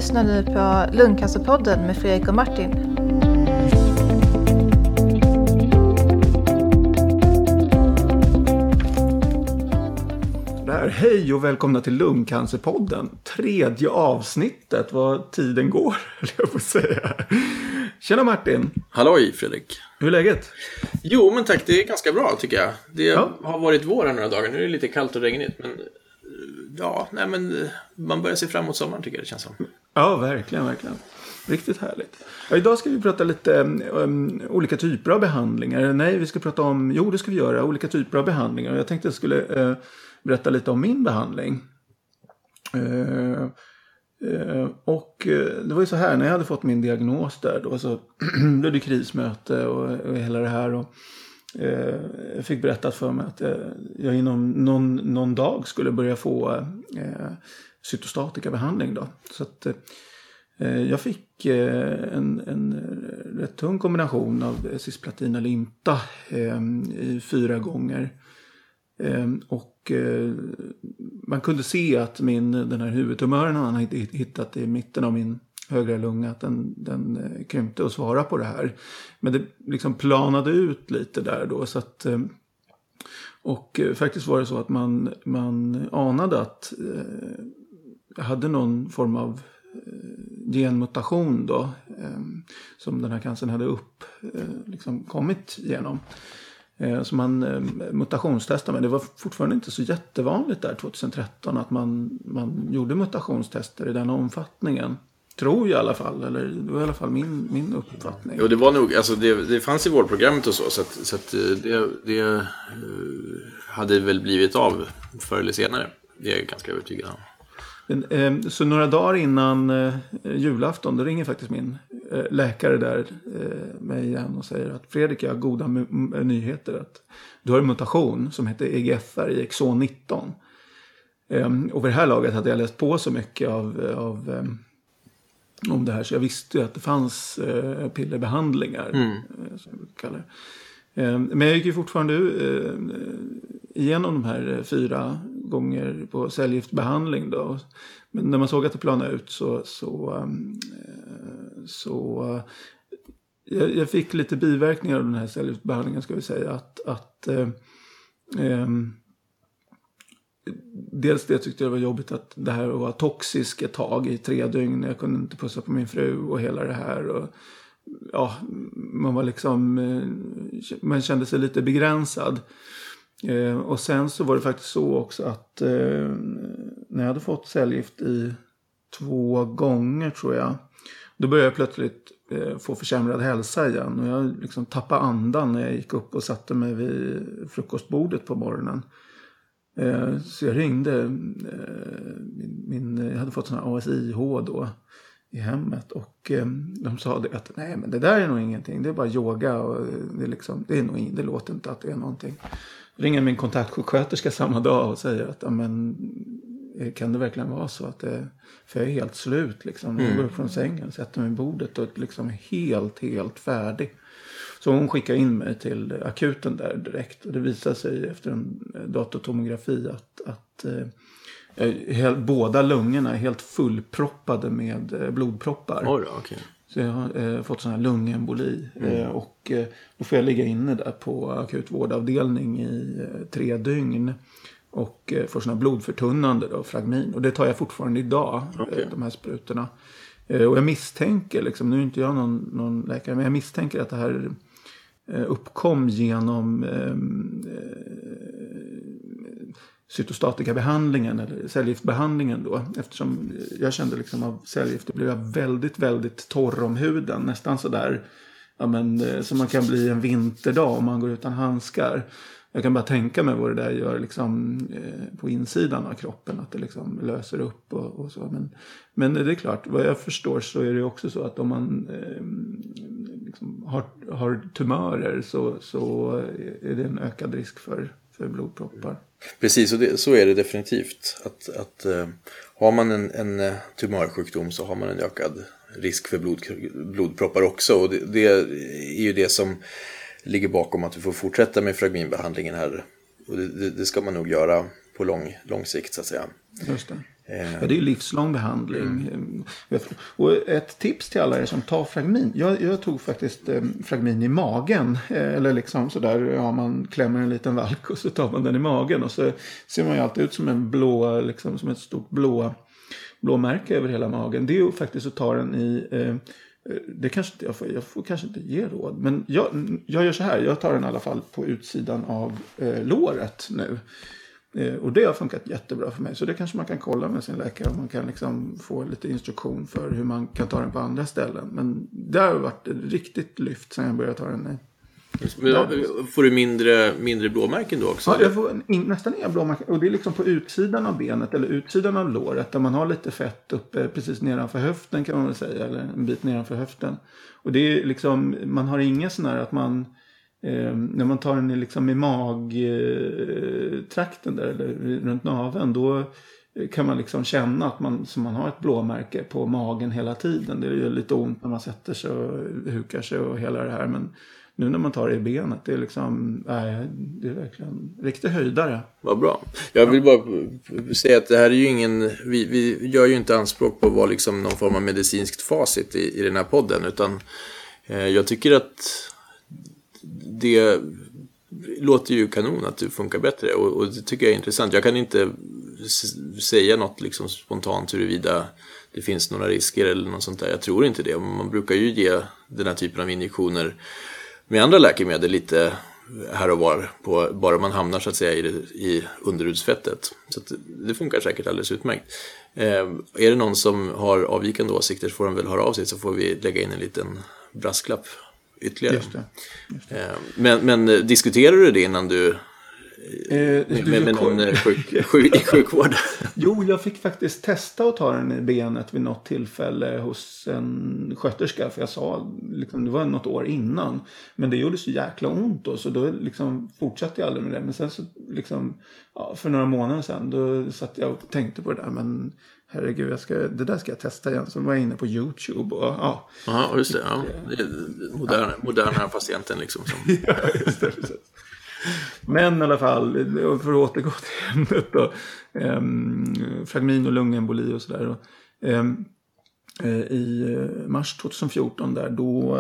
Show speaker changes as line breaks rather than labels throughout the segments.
lyssnar nu på Lungcancerpodden med Fredrik och Martin.
Hej och välkomna till Lungcancerpodden. 3:e avsnittet, vad tiden går, höll jag på att säga. Tjena Martin.
Halloj Fredrik.
Hur är läget?
Jo men tack, det är ganska bra tycker jag. Det har varit vår här några dagar. Nu är det lite kallt och regnigt. Men man börjar se fram emot sommaren tycker jag det känns som.
Ja, verkligen. Riktigt härligt. Ja, idag ska vi prata lite om olika typer av behandlingar. Nej, vi ska prata om, det ska vi göra, olika typer av behandlingar. Jag tänkte jag skulle berätta lite om min behandling. Och det var ju så här, när jag hade fått min diagnos där, då så blev det krismöte och hela det här. Och jag fick berättat för mig att jag inom någon dag skulle börja få cytostatika behandling då. Så att jag fick en rätt tung kombination av cisplatin och limta i 4 gånger. Och man kunde se att den här huvudtumören han hade hittat i mitten av min högra lunga, att den krympte och svara på det här. Men det liksom planade ut lite där då. Så att, och faktiskt var det så att man anade att jag hade någon form av genmutation då, som den här cancern hade kommit igenom. Så man mutationstestade, men det var fortfarande inte så jättevanligt där 2013 att man gjorde mutationstester i den omfattningen. Tror jag i alla fall, eller det var i alla fall min uppfattning.
Jo, det var nog, alltså det fanns i vårdprogrammet och så att det hade väl blivit av förr eller senare. Det är jag ganska övertygad om.
Så några dagar innan julafton, då ringer faktiskt min läkare där mig igen och säger att Fredrik, jag har goda nyheter. Att du har en mutation som heter EGFR i exon 19. Och vid det här laget hade jag läst på så mycket om det här, så jag visste att det fanns pillerbehandlingar. Som jag kallar det. Men jag gick ju fortfarande igenom de här 4 gånger på cellgiftbehandling då. Men när man såg att det planade ut så jag fick lite biverkningar av den här cellgiftbehandlingen, ska vi säga. Dels det tyckte jag var jobbigt att det här var toxisk ett tag i 3 dygn. Jag kunde inte pussa på min fru och hela det här. Och, man var man kände sig lite begränsad. Och sen så var det faktiskt så också att när jag hade fått cellgift i 2 gånger tror jag, då började jag plötsligt få försämrad hälsa igen. Och jag tappade andan när jag gick upp och satte mig vid frukostbordet på morgonen. Så jag ringde jag hade fått sån här ASIH då i hemmet, och de sa att nej, men det där är nog ingenting, det är bara yoga och det låter inte att det är någonting. Jag ringer min kontaktsjuksköterska samma dag och säger att kan det verkligen vara så att för jag är helt slut jag går upp från sängen, sätter mig i bordet och är helt färdig. Så hon skickar in mig till akuten där direkt, och det visar sig efter en datortomografi att båda lungorna är helt fullproppade med blodproppar.
Oj då, okej.
Så jag har fått sån här lungemboli. Och då får jag ligga inne där på akutvårdavdelning i 3 dygn. Och får såna här blodförtunnande då, fragmin. Och det tar jag fortfarande idag, de här sprutorna. Och jag misstänker, nu är inte jag någon läkare, men jag misstänker att det här uppkom genom cytostatikabehandlingen eller cellgiftbehandlingen då, eftersom jag kände av cellgift blev jag väldigt, väldigt torr om huden, nästan så där som man kan bli en vinterdag om man går utan handskar. Jag kan bara tänka mig vad det där gör på insidan av kroppen, att det löser upp och så. Men det är klart, vad jag förstår så är det också så att om man har tumörer så är det en ökad risk för blodproppar.
Precis, och så är det definitivt. Att har man en tumörsjukdom så har man en ökad risk för blodproppar också. Och det är ju det som ligger bakom att vi får fortsätta med fragminbehandlingen här. Och det ska man nog göra på lång sikt så att säga.
Just Ja, det är ju livslång behandling. Och ett tips till alla er som tar Fragmin. Jag tog faktiskt Fragmin i magen. Eller liksom sådär, ja, man klämmer en liten valk och så tar man den i magen. Och så ser man ju alltid ut som en blå, liksom som ett stort blåmärke över hela magen. Det är ju faktiskt att ta den i... det kanske inte, jag får kanske inte ge råd. Men jag gör så här. Jag tar den i alla fall på utsidan av låret nu. Och det har funkat jättebra för mig. Så det kanske man kan kolla med sin läkare. Man kan liksom få lite instruktion för hur man kan ta den på andra ställen. Men det har varit ett riktigt lyft sen jag började ta den.
Får du mindre blåmärken då också?
Ja, jag får nästan inga blåmärken. Och det är liksom på utsidan av benet eller utsidan av låret. Där man har lite fett uppe precis nedanför höften kan man väl säga. Eller en bit nedanför höften. Och det är liksom, man har inga sån här att man... när man tar den liksom i magtrakten där eller runt naveln, då kan man liksom känna att man har ett blåmärke på magen hela tiden. Det är ju lite ont när man sätter sig och hukar sig och hela det här, men nu när man tar det i benet, det är liksom det är verkligen riktigt höjdare.
Vad bra. Jag vill bara säga att det här är ju ingen, vi gör ju inte anspråk på att vara liksom någon form av medicinskt facit i den här podden, utan jag tycker att det låter ju kanon att det funkar bättre, och det tycker jag är intressant. Jag kan inte säga något liksom spontant huruvida det finns några risker eller något sånt där. Jag tror inte det. Man brukar ju ge den här typen av injektioner med andra läkemedel lite här och var, på, bara man hamnar så att säga i underhudsfettet. Så att det funkar säkert alldeles utmärkt. Är det någon som har avvikande åsikter så får de väl höra av sig, så får vi lägga in en liten brasklapp ytterligare. Just det. Men diskuterar du det innan du med någon i sjukvård?
Jo, jag fick faktiskt testa att ta den i benet vid något tillfälle hos en sköterska, för jag sa liksom, det var något år innan, men det gjorde så jäkla ont då, så då liksom fortsatte jag aldrig med det. Men sen så liksom, för några månader sedan då satt jag och tänkte på det där, men herregud, det där ska jag testa igen. Så var jag inne på YouTube och
ja, just det. Ja. Det är moderna patienten liksom. Som...
ja, just det. Precis. Men i alla fall, för att återgå till ämnet då. Fragmin och lungemboli och sådär. I mars 2014 där, då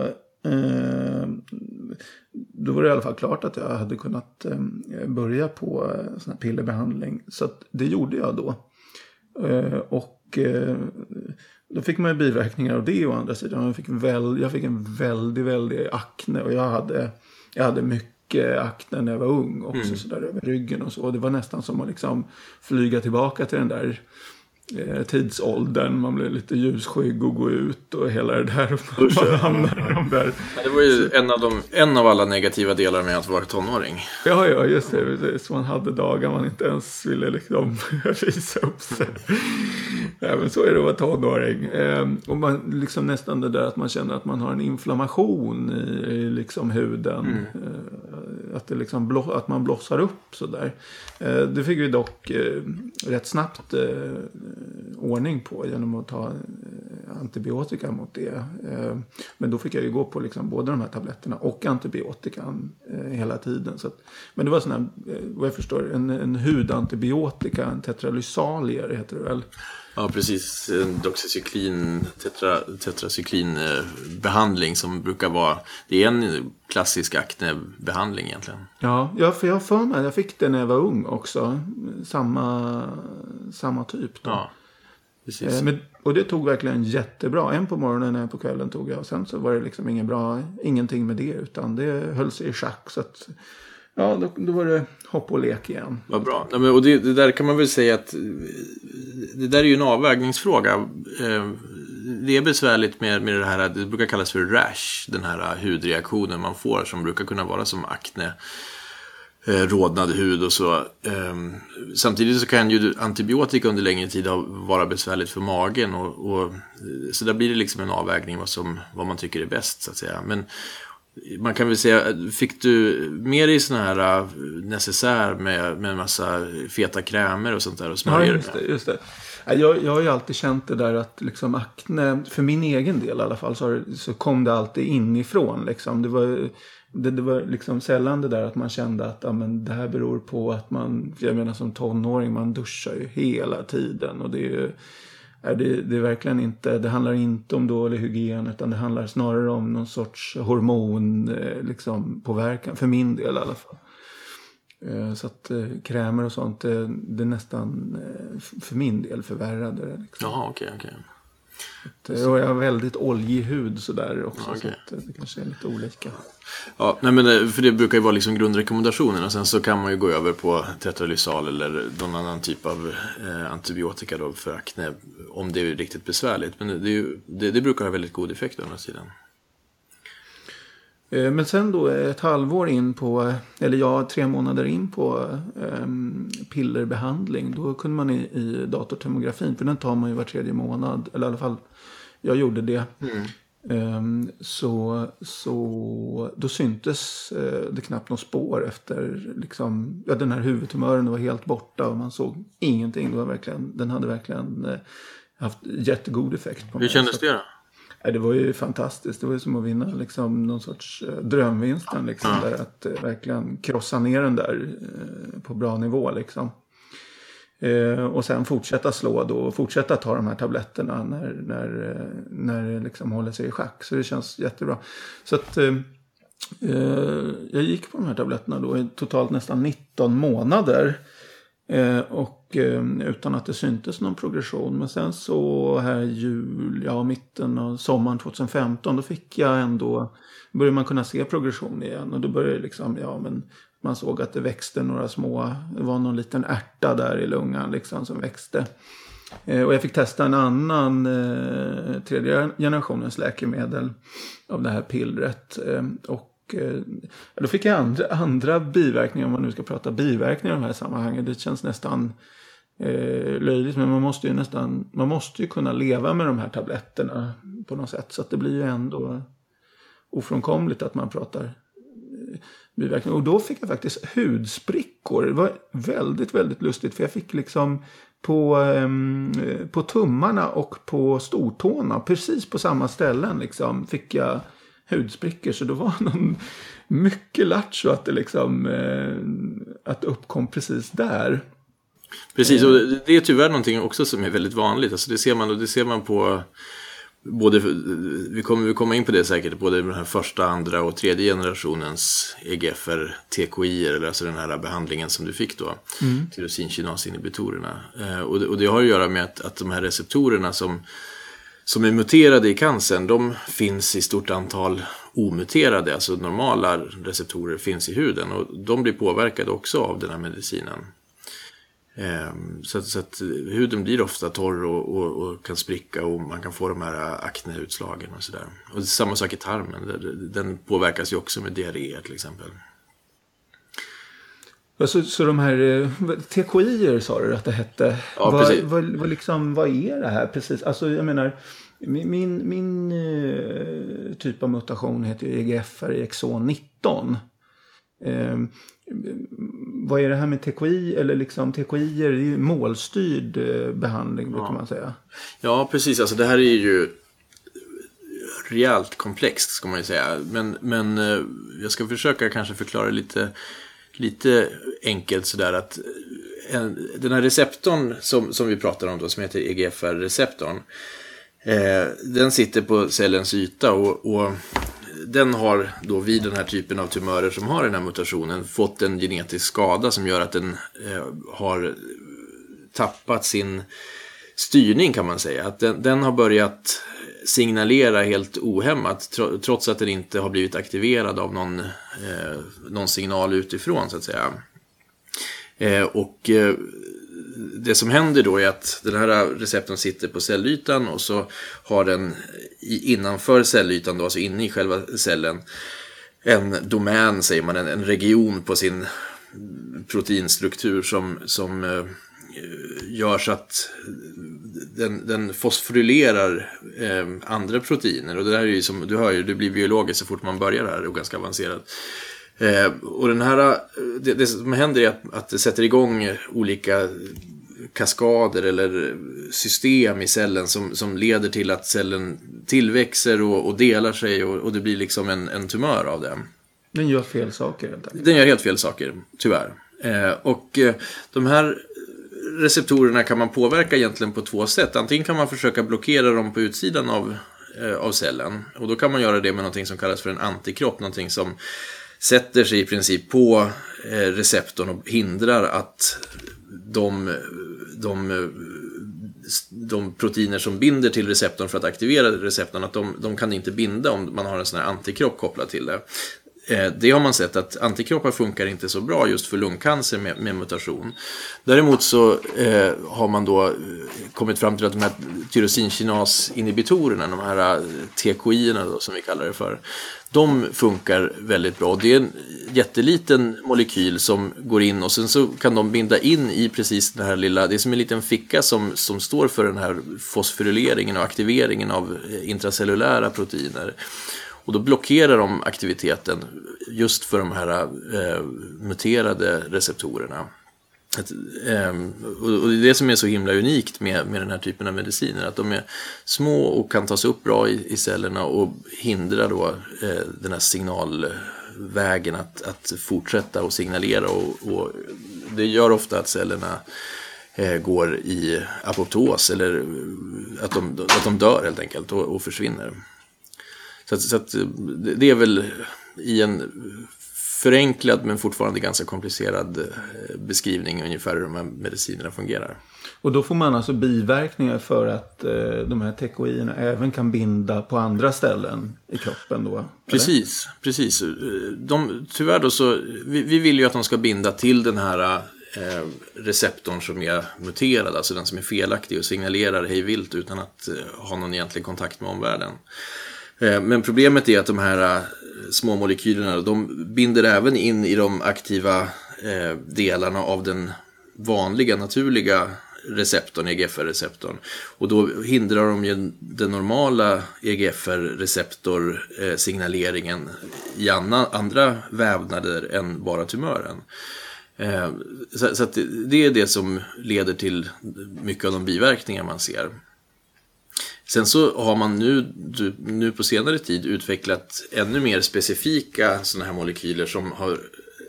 var det i alla fall klart att jag hade kunnat börja på sån här pillerbehandling. Så att det gjorde jag då. Och då fick man ju biverkningar av det å andra sidan. Jag fick en väldigt akne, och jag hade mycket akne när jag var ung också, så där över ryggen och så. Och det var nästan som att liksom flyga tillbaka till den där tidsåldern. Man blev lite ljusskygg och gå ut och hela det där. Man hamnade de där.
Det var ju en av alla negativa delar med att vara tonåring.
Ja, just det. Så man hade dagar man inte ens ville liksom visa upp sig. Men så är det att vara tonåring. Och man liksom nästan det där att man känner att man har en inflammation i liksom huden. Att det liksom att man blossar upp så där. Det fick vi dock rätt snabbt ordning på genom att ta antibiotika mot det. Men då fick jag ju gå på liksom både de här tabletterna och antibiotikan hela tiden. Så att, men det var sån här, vad jag förstår, en hudantibiotika, en tetralysalier heter det väl?
Ja, precis. En doxycyklin, tetracyklin-behandling som brukar vara... Det är en klassisk aknebehandling egentligen.
Ja, för jag har för mig, jag fick det när jag var ung också. Samma typ då. Ja, precis. Och det tog verkligen jättebra. En på morgonen och en på kvällen tog jag. Och sen så var det liksom ingenting med det, utan det höll sig i schack. Så att... Ja, då var det hopp och lek igen.
Vad bra. Ja, men, och det där kan man väl säga att det där är ju en avvägningsfråga. Det är besvärligt med det här, det brukar kallas för rash, den här hudreaktionen man får som brukar kunna vara som akne, rodnad hud och så. Samtidigt så kan ju antibiotika under längre tid vara besvärligt för magen och så där blir det liksom en avvägning vad man tycker är bäst så att säga. Men man kan väl säga, fick du med dig såna här necessär med en massa feta krämer och sånt där och smörjer?
Ja, just det. Jag har ju alltid känt det där att liksom akne, för min egen del i alla fall, så kom det alltid inifrån. Liksom. Det var liksom sällan det där att man kände att men det här beror på att jag menar som tonåring, man duschar ju hela tiden. Och det är verkligen inte, det handlar inte om dålig hygien, utan det handlar snarare om någon sorts hormon liksom, påverkan, för min del i alla fall. Så att krämer och sånt, det är nästan för min del förvärrade det. Liksom.
Jaha, okej.
Och jag har väldigt oljig hud sådär också,
okay.
Så att det kanske är lite olika.
Ja, nej, men för det brukar ju vara liksom grundrekommendationen, och sen så kan man ju gå över på tetralysal eller någon annan typ av antibiotika då för akne om det är riktigt besvärligt. Men det brukar ha väldigt god effekt å andra sidan.
Men sen då ett halvår in på, 3 månader in på pillerbehandling, då kunde man i datortomografin, för den tar man ju var 3:e månad, eller i alla fall jag gjorde det. Så då syntes det knappt något spår efter liksom, den här huvudtumören var helt borta och man såg ingenting. Den hade verkligen haft jättegod effekt på mig.
Hur kändes det då?
Det var ju fantastiskt. Det var ju som att vinna liksom, någon sorts drömvinsten. Liksom, där att verkligen krossa ner den där på bra nivå. Liksom. Och sen fortsätta slå då. Och fortsätta ta de här tabletterna när det liksom håller sig i schack. Så det känns jättebra. Så att jag gick på de här tabletterna då i totalt nästan 19 månader. Och utan att det syntes någon progression. Men sen så här mitten av sommaren 2015, då började man kunna se progression igen. Och då började det liksom, men man såg att det växte det var någon liten ärta där i lungan liksom som växte. Och jag fick testa en annan 3:e generationens läkemedel av det här pillret. Och då fick jag andra biverkningar, om man nu ska prata biverkningar i de här sammanhangen. Det känns nästan löjligt, men man måste ju kunna leva med de här tabletterna på något sätt. Så att det blir ju ändå ofrånkomligt att man pratar biverkningar. Och då fick jag faktiskt hudsprickor. Det var väldigt, väldigt lustigt, för jag fick liksom på tummarna och på stortårna, precis på samma ställen liksom, fick jag hudsprickor. Så det var någon mycket lattjo att det liksom att uppkom precis där.
Precis, och det är tyvärr någonting också som är väldigt vanligt. Alltså det ser man på både, vi kommer komma in på det säkert, både den här första, andra och tredje generationens EGFR, TKI, eller alltså den här behandlingen som du fick då, tyrosinkinase-inhibitorerna. Och det har att göra med att de här receptorerna som är muterade i cancern, de finns i stort antal omuterade, alltså normala receptorer finns i huden, och de blir påverkade också av den här medicinen. Så att huden blir ofta torr och kan spricka, och man kan få de här akneutslagen och sådär. Och samma sak i tarmen, den påverkas ju också med diarré till exempel.
Så de här TKI:er sa du att det hette.
Ja, precis.
Vad är det här precis? Alltså jag menar, min typ av mutation heter ju EGFR exon 19. Vad är det här med TKI? Eller liksom TKI:er, det är ju målstyrd behandling brukar man säga. Ja,
precis. Alltså det här är ju rejält komplext, ska man ju säga. Men jag ska försöka kanske förklara lite enkelt sådär, att den här receptorn som vi pratar om då, som heter EGFR-receptorn, den sitter på cellens yta, och den har då vid den här typen av tumörer som har den här mutationen fått en genetisk skada som gör att den har tappat sin styrning, kan man säga. Att den har börjat signalera helt ohämmat, trots att den inte har blivit aktiverad av någon signal utifrån, så att säga. Och det som händer då är att den här receptorn sitter på cellytan, och så har den innanför cellytan då, alltså inne i själva cellen, en domän, säger man, en region på sin proteinstruktur som gör så att den fosforylerar andra proteiner. Och det där är ju som du hör ju, det blir biologiskt så fort man börjar här och ganska avancerat. Och den här, det som händer är att det sätter igång olika kaskader eller system i cellen som leder till att cellen tillväxer och delar sig och det blir liksom en tumör av det.
Den gör fel saker helt enkelt.
Den gör helt fel saker, tyvärr. Och de här receptorerna kan man påverka egentligen på två sätt. Antingen kan man försöka blockera dem på utsidan av cellen. Och då kan man göra det med någonting som kallas för en antikropp. Någonting som sätter sig i princip på receptorn och hindrar att de proteiner som binder till receptorn för att aktivera receptorn, att de kan inte binda om man har en sån här antikropp kopplad till det. Det har man sett att antikroppar funkar inte så bra just för lungcancer med mutation. Däremot så har man då kommit fram till att de här tyrosinkinas-inhibitorerna, de här TKI-erna då, som vi kallar det för, de funkar väldigt bra. Det är en jätteliten molekyl som går in och sen så kan de binda in i precis den här lilla, det är som en liten ficka som står för den här fosforyleringen och aktiveringen av intracellulära proteiner. Och då blockerar de aktiviteten just för de här muterade receptorerna. Och det är det som är så himla unikt med den här typen av mediciner. Att de är små och kan tas upp bra i cellerna och hindra då den här signalvägen att fortsätta och signalera. Och det gör ofta att cellerna går i apoptos eller att de dör helt enkelt och försvinner. Så att det är väl i en förenklad men fortfarande ganska komplicerad beskrivning ungefär hur de här medicinerna fungerar.
Och då får man alltså biverkningar för att de här TKI-erna även kan binda på andra ställen i kroppen då?
Precis. Tyvärr då så, vi vill ju att de ska binda till den här receptorn som är muterad, alltså den som är felaktig och signalerar hej vilt utan att ha någon egentlig kontakt med omvärlden. Men problemet är att de här små molekylerna, de binder även in i de aktiva delarna av den vanliga naturliga receptorn, EGFR-receptorn. Och då hindrar de ju den normala EGFR-receptor-signaleringen i andra vävnader än bara tumören. Så att det är det som leder till mycket av de biverkningar man ser. Sen så har man nu på senare tid utvecklat ännu mer specifika sådana här molekyler som har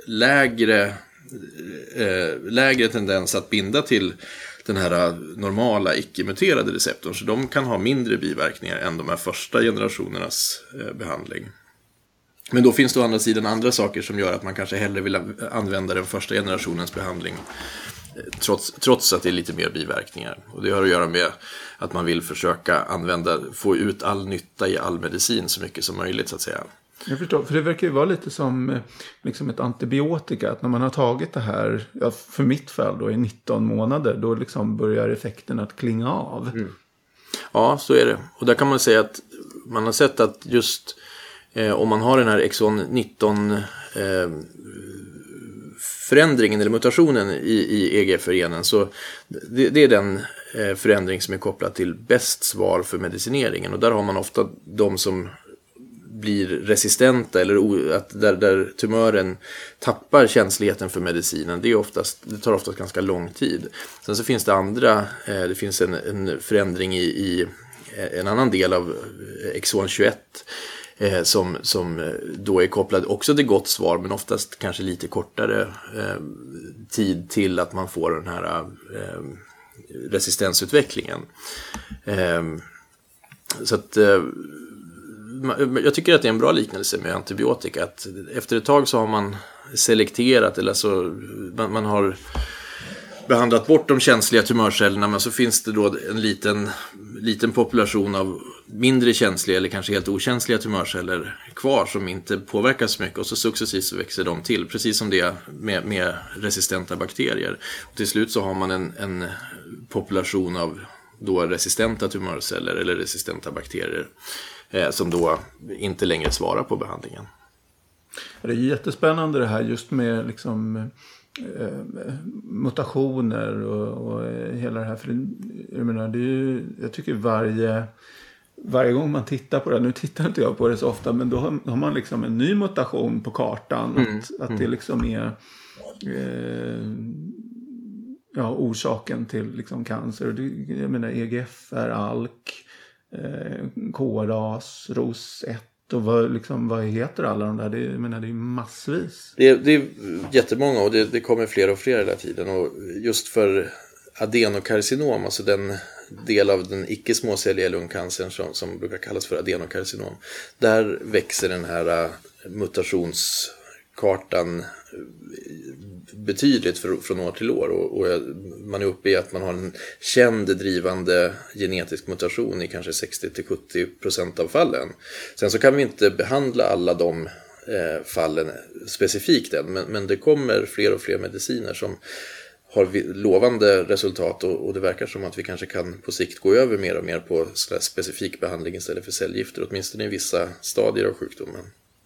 lägre tendens att binda till den här normala icke-muterade receptorn. Så de kan ha mindre biverkningar än de här första generationernas behandling. Men då finns det å andra sidan andra saker som gör att man kanske hellre vill använda den första generationens behandling trots att det är lite mer biverkningar. Och det har att göra med att man vill försöka få ut all nytta i all medicin så mycket som möjligt så att säga.
Jag förstår, för det verkar ju vara lite som liksom ett antibiotika. Att när man har tagit det här, för mitt fall då i 19 månader, då liksom börjar effekten att klinga av. Mm.
Ja, så är det. Och där kan man säga att man har sett att just om man har den här exon 19 förändringen eller mutationen i EGFR-genen, så det är den förändring som är kopplad till bäst svar för medicineringen. Och där har man ofta de som blir resistenta eller där tumören tappar känsligheten för medicinen. Det tar oftast ganska lång tid. Sen så finns det andra, det finns en förändring i en annan del av exon 21 som då är kopplad också till gott svar, men oftast kanske lite kortare tid till att man får den här resistensutvecklingen. Så att jag tycker att det är en bra liknelse med antibiotika, att efter ett tag så har man selekterat eller så man har behandlat bort de känsliga tumörcellerna, men så finns det då en liten population av mindre känsliga eller kanske helt okänsliga tumörceller kvar som inte påverkas så mycket, och så successivt så växer de till, precis som det med resistenta bakterier. Och till slut så har man en population av då resistenta tumörceller eller resistenta bakterier som då inte längre svarar på behandlingen.
Det är jättespännande det här just med liksom mutationer och hela det här. För jag menar, det är ju, jag tycker varje gång man tittar på det, nu tittar inte jag på det så ofta, men då har man liksom en ny mutation på kartan. Att det liksom är orsaken till liksom cancer. Jag menar EGFR, ALK, KRAS, ROS1 och vad heter alla de där? Det är massvis.
Det är jättemånga och det kommer fler och fler hela tiden. Och just för adenokarcinom, alltså den del av den icke-småcelliga lungcancern som brukar kallas för adenokarcinom, där växer den här mutationskartan betydligt från år till år och man är uppe i att man har en känd drivande genetisk mutation i kanske 60-70% av fallen. Sen så kan vi inte behandla alla de fallen specifikt än, men det kommer fler och fler mediciner som har lovande resultat och det verkar som att vi kanske kan på sikt gå över mer och mer på specifik behandling istället för cellgifter, åtminstone i vissa stadier av sjukdomen.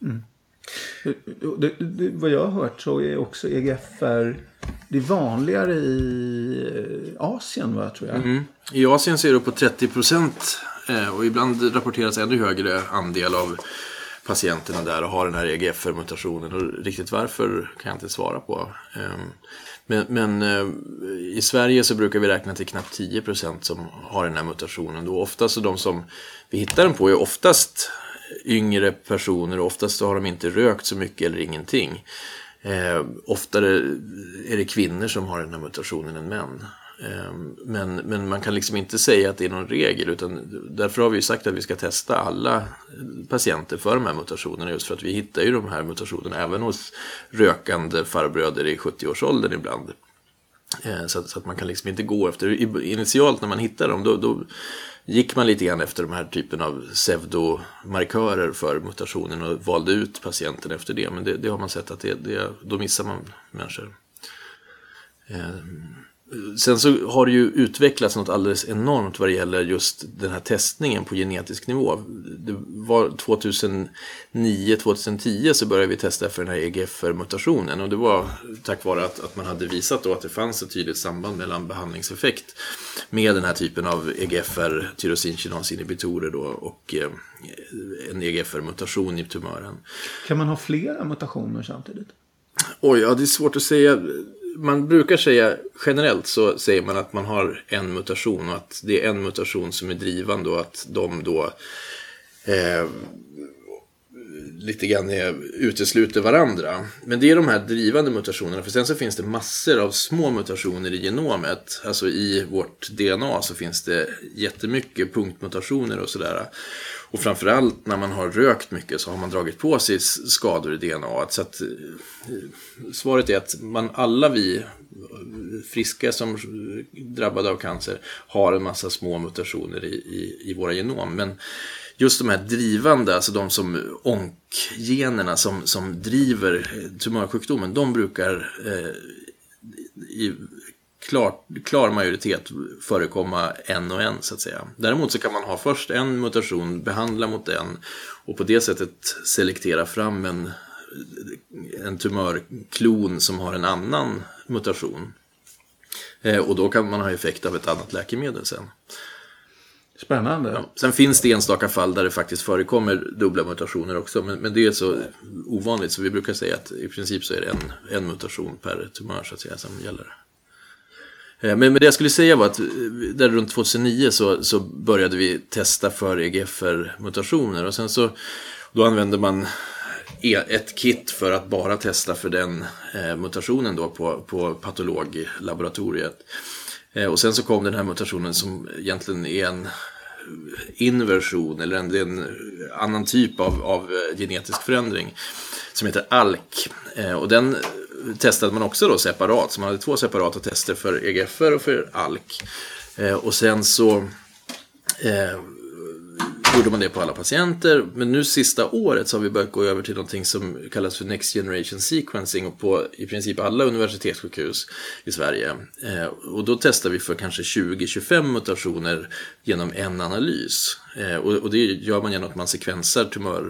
Vad jag har hört så är också EGFR, det är vanligare i Asien, tror jag.
I Asien så är det på 30% och ibland rapporteras ännu högre andel av patienterna där och har den här EGFR-mutationen, och riktigt varför kan jag inte svara på. Men i Sverige så brukar vi räkna till knappt 10% som har den här mutationen. Då oftast så de som vi hittar den på är oftast yngre personer, och oftast har de inte rökt så mycket eller ingenting. Oftare är det kvinnor som har den här mutationen än män. Men man kan liksom inte säga att det är någon regel, utan därför har vi sagt att vi ska testa alla patienter för de här mutationerna, just för att vi hittar ju de här mutationerna även hos rökande farbröder i 70-årsåldern ibland. Så att man kan liksom inte gå efter, initialt när man hittar dem då gick man lite grann efter de här typen av pseudomarkörer för mutationen och valde ut patienten efter det, men det har man sett att då missar man människor. Sen så har det ju utvecklats något alldeles enormt vad det gäller just den här testningen på genetisk nivå. Det var 2009-2010 så började vi testa för den här EGFR-mutationen, och det var tack vare att man hade visat då att det fanns ett tydligt samband mellan behandlingseffekt med den här typen av EGFR, tyrosinkinase-inhibitorer då, och en EGFR-mutation i tumören.
Kan man ha flera mutationer samtidigt?
Oj, ja, det är svårt att säga. Man brukar säga, generellt så säger man att man har en mutation och att det är en mutation som är drivande och att de då lite grann utesluter varandra. Men det är de här drivande mutationerna, för sen så finns det massor av små mutationer i genomet. Alltså i vårt DNA så finns det jättemycket punktmutationer och sådär. Och framförallt när man har rökt mycket så har man dragit på sig skador i DNA. Så att svaret är att alla vi friska som drabbade av cancer har en massa små mutationer i våra genom. Men just de här drivande, alltså de som onkgenerna som driver tumörsjukdomen, de brukar i klar majoritet förekomma en och en, så att säga. Däremot så kan man ha först en mutation, behandla mot den och på det sättet selektera fram en tumörklon som har en annan mutation. Och då kan man ha effekt av ett annat läkemedel sen.
Spännande.
Ja. Sen finns det enstaka fall där det faktiskt förekommer dubbla mutationer också, men det är så ovanligt så vi brukar säga att i princip så är det en mutation per tumör, så att säga, som gäller. Men det jag skulle säga var att där runt 2009 så började vi testa för EGFR-mutationer, och sen så då använde man ett kit för att bara testa för den mutationen då på patologlaboratoriet. Och sen så kom den här mutationen som egentligen är en inversion eller en annan typ av genetisk förändring som heter ALK. Och den testade man också då separat, så man hade 2 separata tester för EGFR och för ALK. Och sen så gjorde man det på alla patienter, men nu sista året så har vi börjat gå över till någonting som kallas för Next Generation Sequencing och på i princip alla universitetssjukhus i Sverige. Och då testar vi för kanske 20-25 mutationer genom en analys. Och det gör man genom att man sekvensar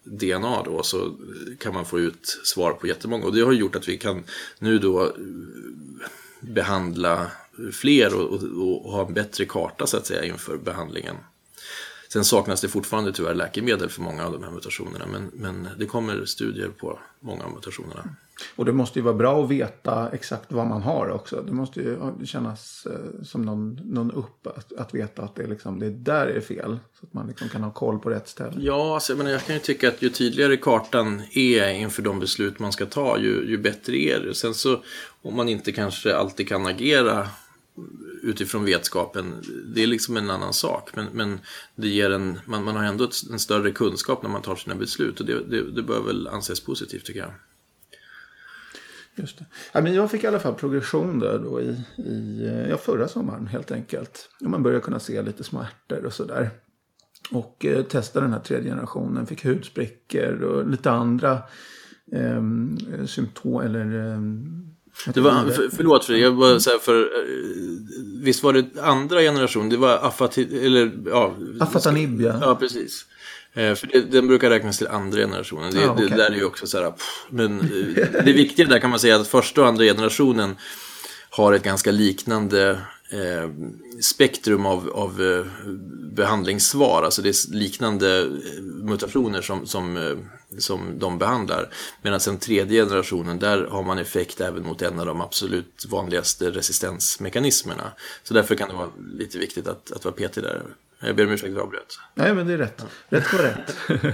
DNA då, så kan man få ut svar på jättemånga. Och det har gjort att vi kan nu då behandla fler och ha en bättre karta så att säga inför behandlingen. Sen saknas det fortfarande tyvärr läkemedel för många av de här mutationerna, men det kommer studier på många av mutationerna.
Och det måste ju vara bra att veta exakt vad man har också. Det måste ju kännas som någon upp att veta att det är liksom, det där är fel. Så att man liksom kan ha koll på rätt ställe.
Ja, alltså, jag kan ju tycka att ju tydligare kartan är inför de beslut man ska ta, ju bättre är det. Sen så, om man inte kanske alltid kan agera utifrån vetskapen, det är liksom en annan sak, men det ger man har ändå en större kunskap när man tar sina beslut, och det bör väl anses positivt, tycker jag.
Just det. Ja, men jag fick i alla fall progression där då i förra sommaren helt enkelt. Och man började kunna se lite smärtor och sådär. Och testade den här 3:e generationen, fick hudsprickor och lite andra symptom eller...
Det var, förlåt för det, jag bara säga för visst var det andra generation, det var
Afatanib, ja.
Ja, precis. För den brukar räknas till andra generationen. Det där är ju också så här, men det viktiga där kan man säga att första och andra generationen har ett ganska liknande spektrum av behandlingssvar. Alltså det är liknande mutationer som de behandlar. Medan sen 3:e generationen, där har man effekt även mot en av de absolut vanligaste resistensmekanismerna. Så därför kan det vara lite viktigt att vara petig där. Jag ber om ursäkt för avbrott.
Nej, men det är rätt. Rätt var rätt.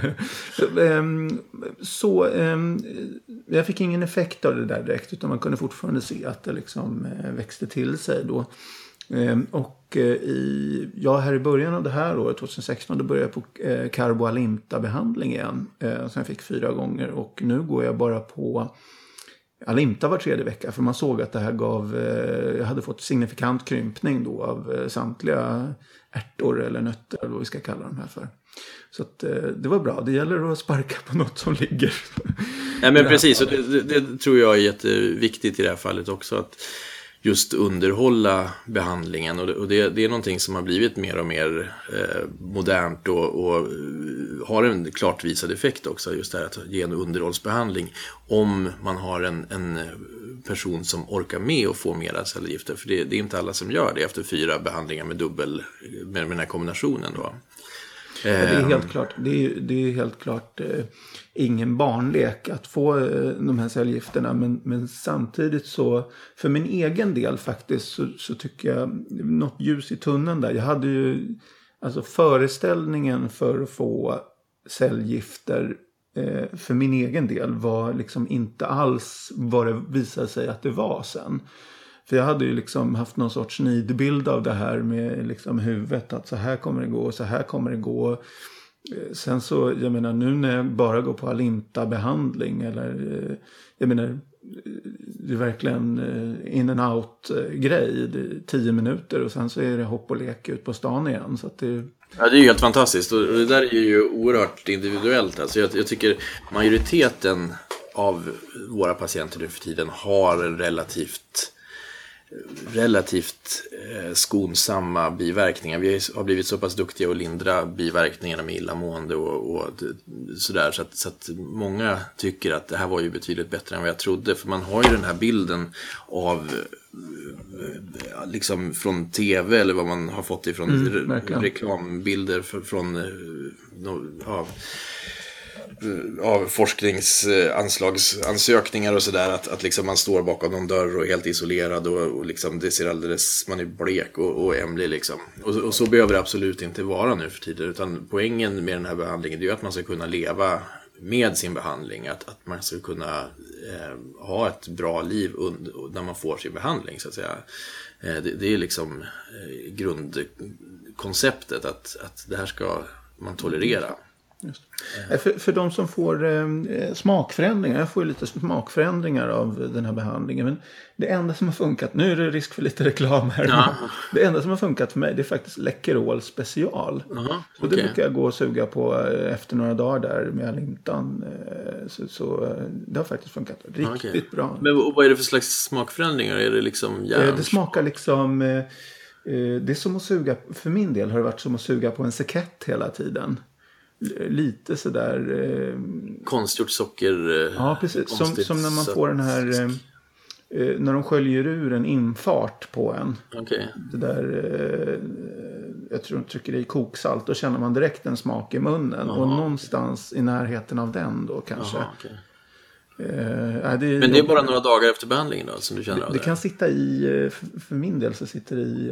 Jag fick ingen effekt av det där direkt, utan man kunde fortfarande se att det liksom växte till sig då. Och här i början av det här året, 2016, då började jag på Carbo-Alimta-behandling igen. Som jag fick 4 gånger, och nu går jag bara på Alimta var 3:e vecka, för man såg att det här gav, jag hade fått signifikant krympning då av samtliga ärtor eller nötter, eller vad vi ska kalla dem här för. Så att, det var bra, det gäller att sparka på något som ligger.
Ja, men precis, och det tror jag är jätteviktigt i det här fallet också, att just underhålla behandlingen, och det är någonting som har blivit mer och mer modernt och har en klart visad effekt också, just det här att ge en underhållsbehandling om man har en person som orkar med att få mera cellgifter, för det är inte alla som gör det efter 4 behandlingar med den här kombinationen då.
Det är helt klart, det är helt klart ingen barnlek att få de här cellgifterna, men samtidigt så för min egen del faktiskt så tycker jag något ljus i tunneln där. Jag hade ju alltså föreställningen för att få cellgifter för min egen del var liksom inte alls vad det visade sig att det var sen. För jag hade ju liksom haft någon sorts nidbild av det här med liksom huvudet, att så här kommer det gå och så här kommer det gå. Sen så, jag menar, nu när jag bara går på Alimta-behandling, eller jag menar, det är verkligen in and out-grej, 10 minuter och sen så är det hopp och lek ut på stan igen. Så att
Ja, det är ju helt fantastiskt, och det där är ju oerhört individuellt. Alltså jag tycker majoriteten av våra patienter nu för tiden har en relativt skonsamma biverkningar. Vi har blivit så pass duktiga att lindra biverkningarna med illamående och sådär, så att många tycker att det här var ju betydligt bättre än vad jag trodde, för man har ju den här bilden av liksom från tv, eller vad man har fått ifrån reklambilder från av forskningsanslagsansökningar och sådär, att liksom man står bakom någon dörr och är helt isolerad och liksom det ser alldeles, man är blek och ämlig liksom. Och så behöver det absolut inte vara nu för tiden, utan poängen med den här behandlingen är ju att man ska kunna leva med sin behandling, att man ska kunna ha ett bra liv när man får sin behandling, så att säga. Det är liksom grundkonceptet, att det här ska man tolerera.
Just. För de som får smakförändringar, jag får ju lite smakförändringar av den här behandlingen, men det enda som har funkat, nu är det risk för lite reklam här, ja. Det enda som har funkat för mig, det är faktiskt Läkerol special. Och det brukar jag gå och suga på efter några dagar där med Alimtan, så det har faktiskt funkat riktigt bra.
Men vad är det för slags smakförändringar? Är det liksom
det smakar liksom det är som att suga, för min del har det varit som att suga på en sekett hela tiden. lite sådär...
konstgjort socker.
Ja, precis. Som när man får den här... när de sköljer ur en infart på en.
Okay.
Det där... jag tror de trycker i koksalt. Då känner man direkt en smak i munnen. Och någonstans i närheten av den då kanske.
Okay.
Men
det är bara några dagar efter behandlingen då som du känner av det?
Det kan sitta i, för min del så sitter det i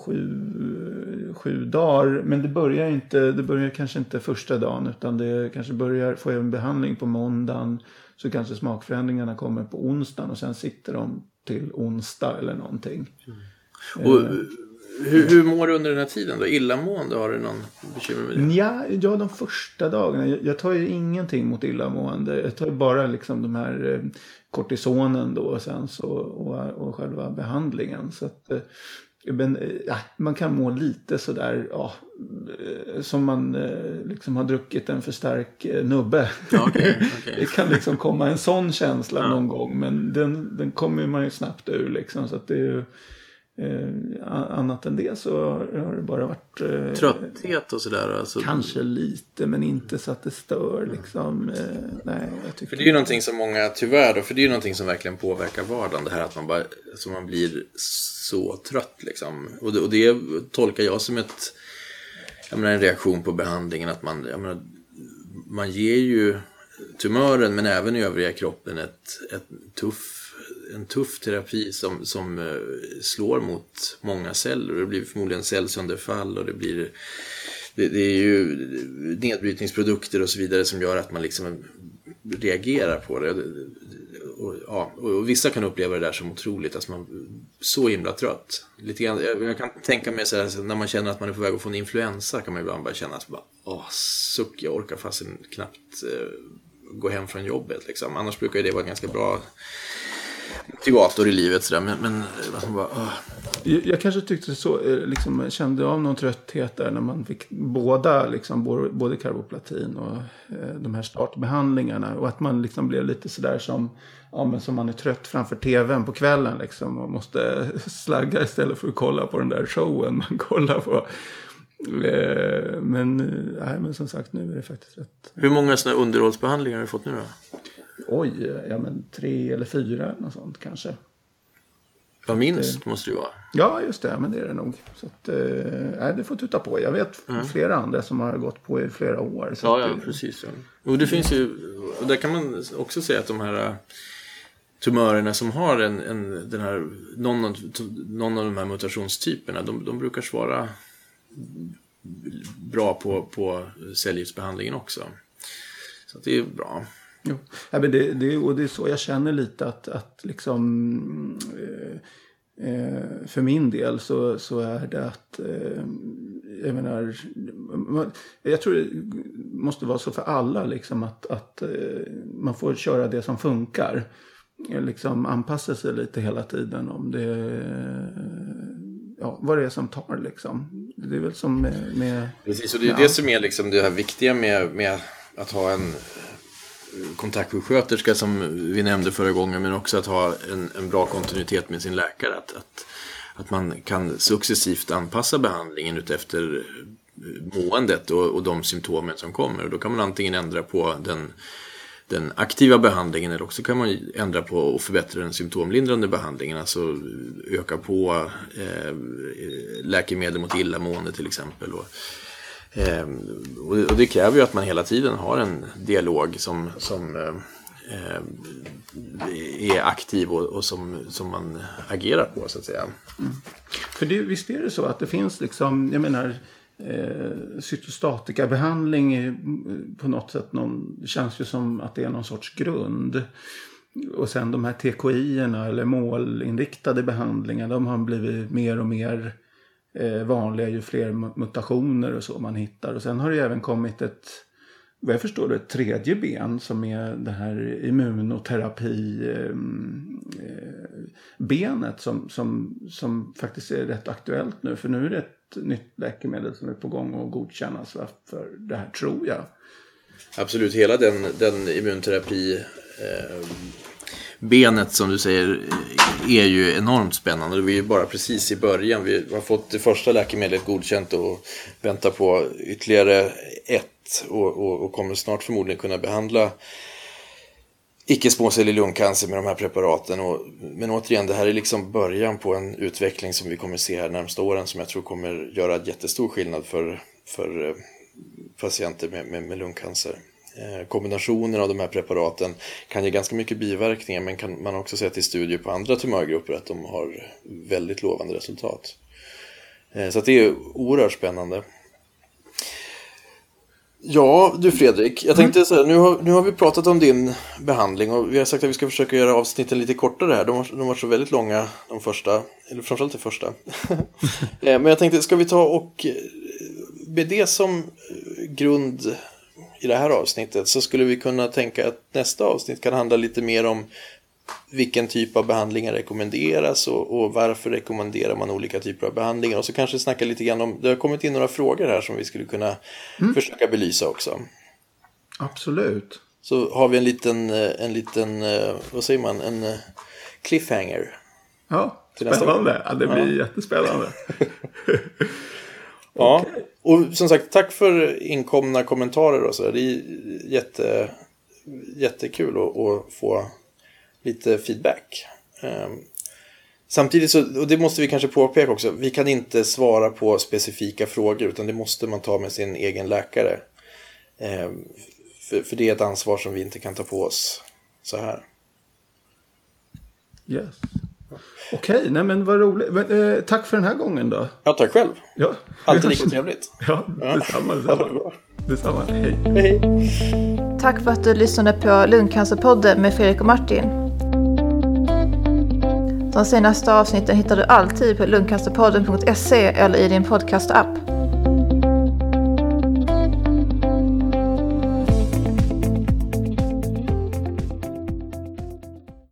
7 dagar. Men det börjar kanske inte första dagen, utan det kanske får jag en behandling på måndagen. Så kanske smakförändringarna kommer på onsdagen och sen sitter de till onsdag eller någonting.
Och hur mår du under den här tiden då? Illamående, har du någon bekymmer med det?
Ja, de första dagarna. Jag tar ju ingenting mot illamående. Jag tar ju bara liksom de här kortisonen då och sen så och själva behandlingen. Så att man kan må lite sådär, som man liksom har druckit en för stark nubbe. Okay. Det kan liksom komma en sån känsla någon gång, men den kommer man ju snabbt ur liksom, så att det är ju annat än det så har det bara varit
trötthet och sådär alltså.
Kanske lite, men inte så att det stör liksom. Nej, jag tycker...
För det är ju någonting som många tyvärr då, för det är ju någonting som verkligen påverkar vardagen, det här att man blir så trött liksom. Och det tolkar jag som en reaktion på behandlingen, att man ger ju tumören men även i övriga kroppen en tuff terapi som slår mot många celler. Det blir förmodligen cellsönderfall och det är ju nedbrytningsprodukter och så vidare som gör att man liksom reagerar på det. Och vissa kan uppleva det där som otroligt, att man så himla trött. Lite grann, jag kan tänka mig så här, när man känner att man är på väg att få en influensa kan man ibland bara känna att suck, jag orkar fast knappt gå hem från jobbet liksom. Annars brukar det vara en ganska bra motivator i livet sådär, men
Jag kanske tyckte så, liksom, kände av någon trötthet där när man fick båda liksom, både karboplatin och de här startbehandlingarna, och att man liksom blev lite sådär som man är trött framför tvn på kvällen liksom, och måste slagga istället för att kolla på den där showen man kollar på. Men som sagt, nu är det faktiskt rätt.
Hur många sådana underhållsbehandlingar har du fått nu då?
Oj, 3 eller 4 något sånt kanske.
Ja, minst måste det vara.
Ja, just det, men det är det nog. Så att, det får tuta på. Jag vet flera andra som har gått på i flera år. Så
ja, precis. Ja. Och det finns ju, och där kan man också säga att de här tumörerna som har någon av de här mutationstyperna, de brukar svara bra på cellgiftsbehandlingen också. Så att det är bra.
Jo. Ja, men det är så jag känner lite att liksom för min del så är det att jag menar, jag tror det måste vara så för alla liksom att man får köra det som funkar, liksom anpassa sig lite hela tiden om det vad det är som tar liksom. Det är väl som med
precis, och det är det som är liksom det här viktiga med att ha en kontaktsjuksköterska som vi nämnde förra gången, men också att ha en bra kontinuitet med sin läkare, att man kan successivt anpassa behandlingen utefter måendet och de symptomen som kommer, och då kan man antingen ändra på den aktiva behandlingen, eller också kan man ändra på och förbättra den symptomlindrande behandlingen, alltså öka på läkemedel mot illamående till exempel. Och det kräver ju att man hela tiden har en dialog som är aktiv och som man agerar på, så att säga.
För visst är det så att det finns liksom, jag menar, cytostatikabehandling på något sätt, känns ju som att det är någon sorts grund. Och sen de här TKI-erna eller målinriktade behandlingar, de har blivit mer och mer vanliga ju fler mutationer och så man hittar. Och sen har det även kommit vad jag förstår, ett tredje ben som är det här immunoterapi benet som faktiskt är rätt aktuellt nu. För nu är det ett nytt läkemedel som är på gång att godkännas för det här, tror jag.
Absolut, hela den immunterapi benet som du säger är ju enormt spännande. Vi är ju bara precis i början. Vi har fått det första läkemedlet godkänt och väntar på ytterligare ett och kommer snart förmodligen kunna behandla icke-småcellig lungcancer med de här preparaten. Men återigen, det här är liksom början på en utveckling som vi kommer se här närmsta åren, som jag tror kommer göra jättestor skillnad för patienter med lungcancer. Kombinationen av de här preparaten kan ge ganska mycket biverkningar, men kan man också se till studier på andra tumörgrupper att de har väldigt lovande resultat. Så att det är oerhört spännande. Ja, du Fredrik, jag tänkte så här, nu har vi pratat om din behandling och vi har sagt att vi ska försöka göra avsnitten lite kortare här. De var så väldigt långa, de första, eller framförallt det första. Men jag tänkte, ska vi ta och med det som grund i det här avsnittet, så skulle vi kunna tänka att nästa avsnitt kan handla lite mer om vilken typ av behandlingar rekommenderas och varför rekommenderar man olika typer av behandlingar, och så kanske snacka lite grann om, det har kommit in några frågor här som vi skulle kunna försöka belysa också.
Absolut.
Så har vi en liten vad säger man, en cliffhanger.
Ja, spännande. Ja, det blir jättespännande.
Ja, och som sagt, tack för inkomna kommentarer och så. Det är jättekul att få lite feedback. Samtidigt så, och det måste vi kanske påpeka också, vi kan inte svara på specifika frågor, utan det måste man ta med sin egen läkare. För det är ett ansvar som vi inte kan ta på oss så här.
Yes. Okej, nej men vad roligt. Men, tack för den här gången då.
Ja, tack själv.
Ja.
Alltid lika trevligt.
Ja, detsamma. Hej.
Hej.
Tack för att du lyssnade på Lungcancerpodden med Fredrik och Martin. De senaste avsnitten hittar du alltid på lungcancerpodden.se eller i din podcast-app.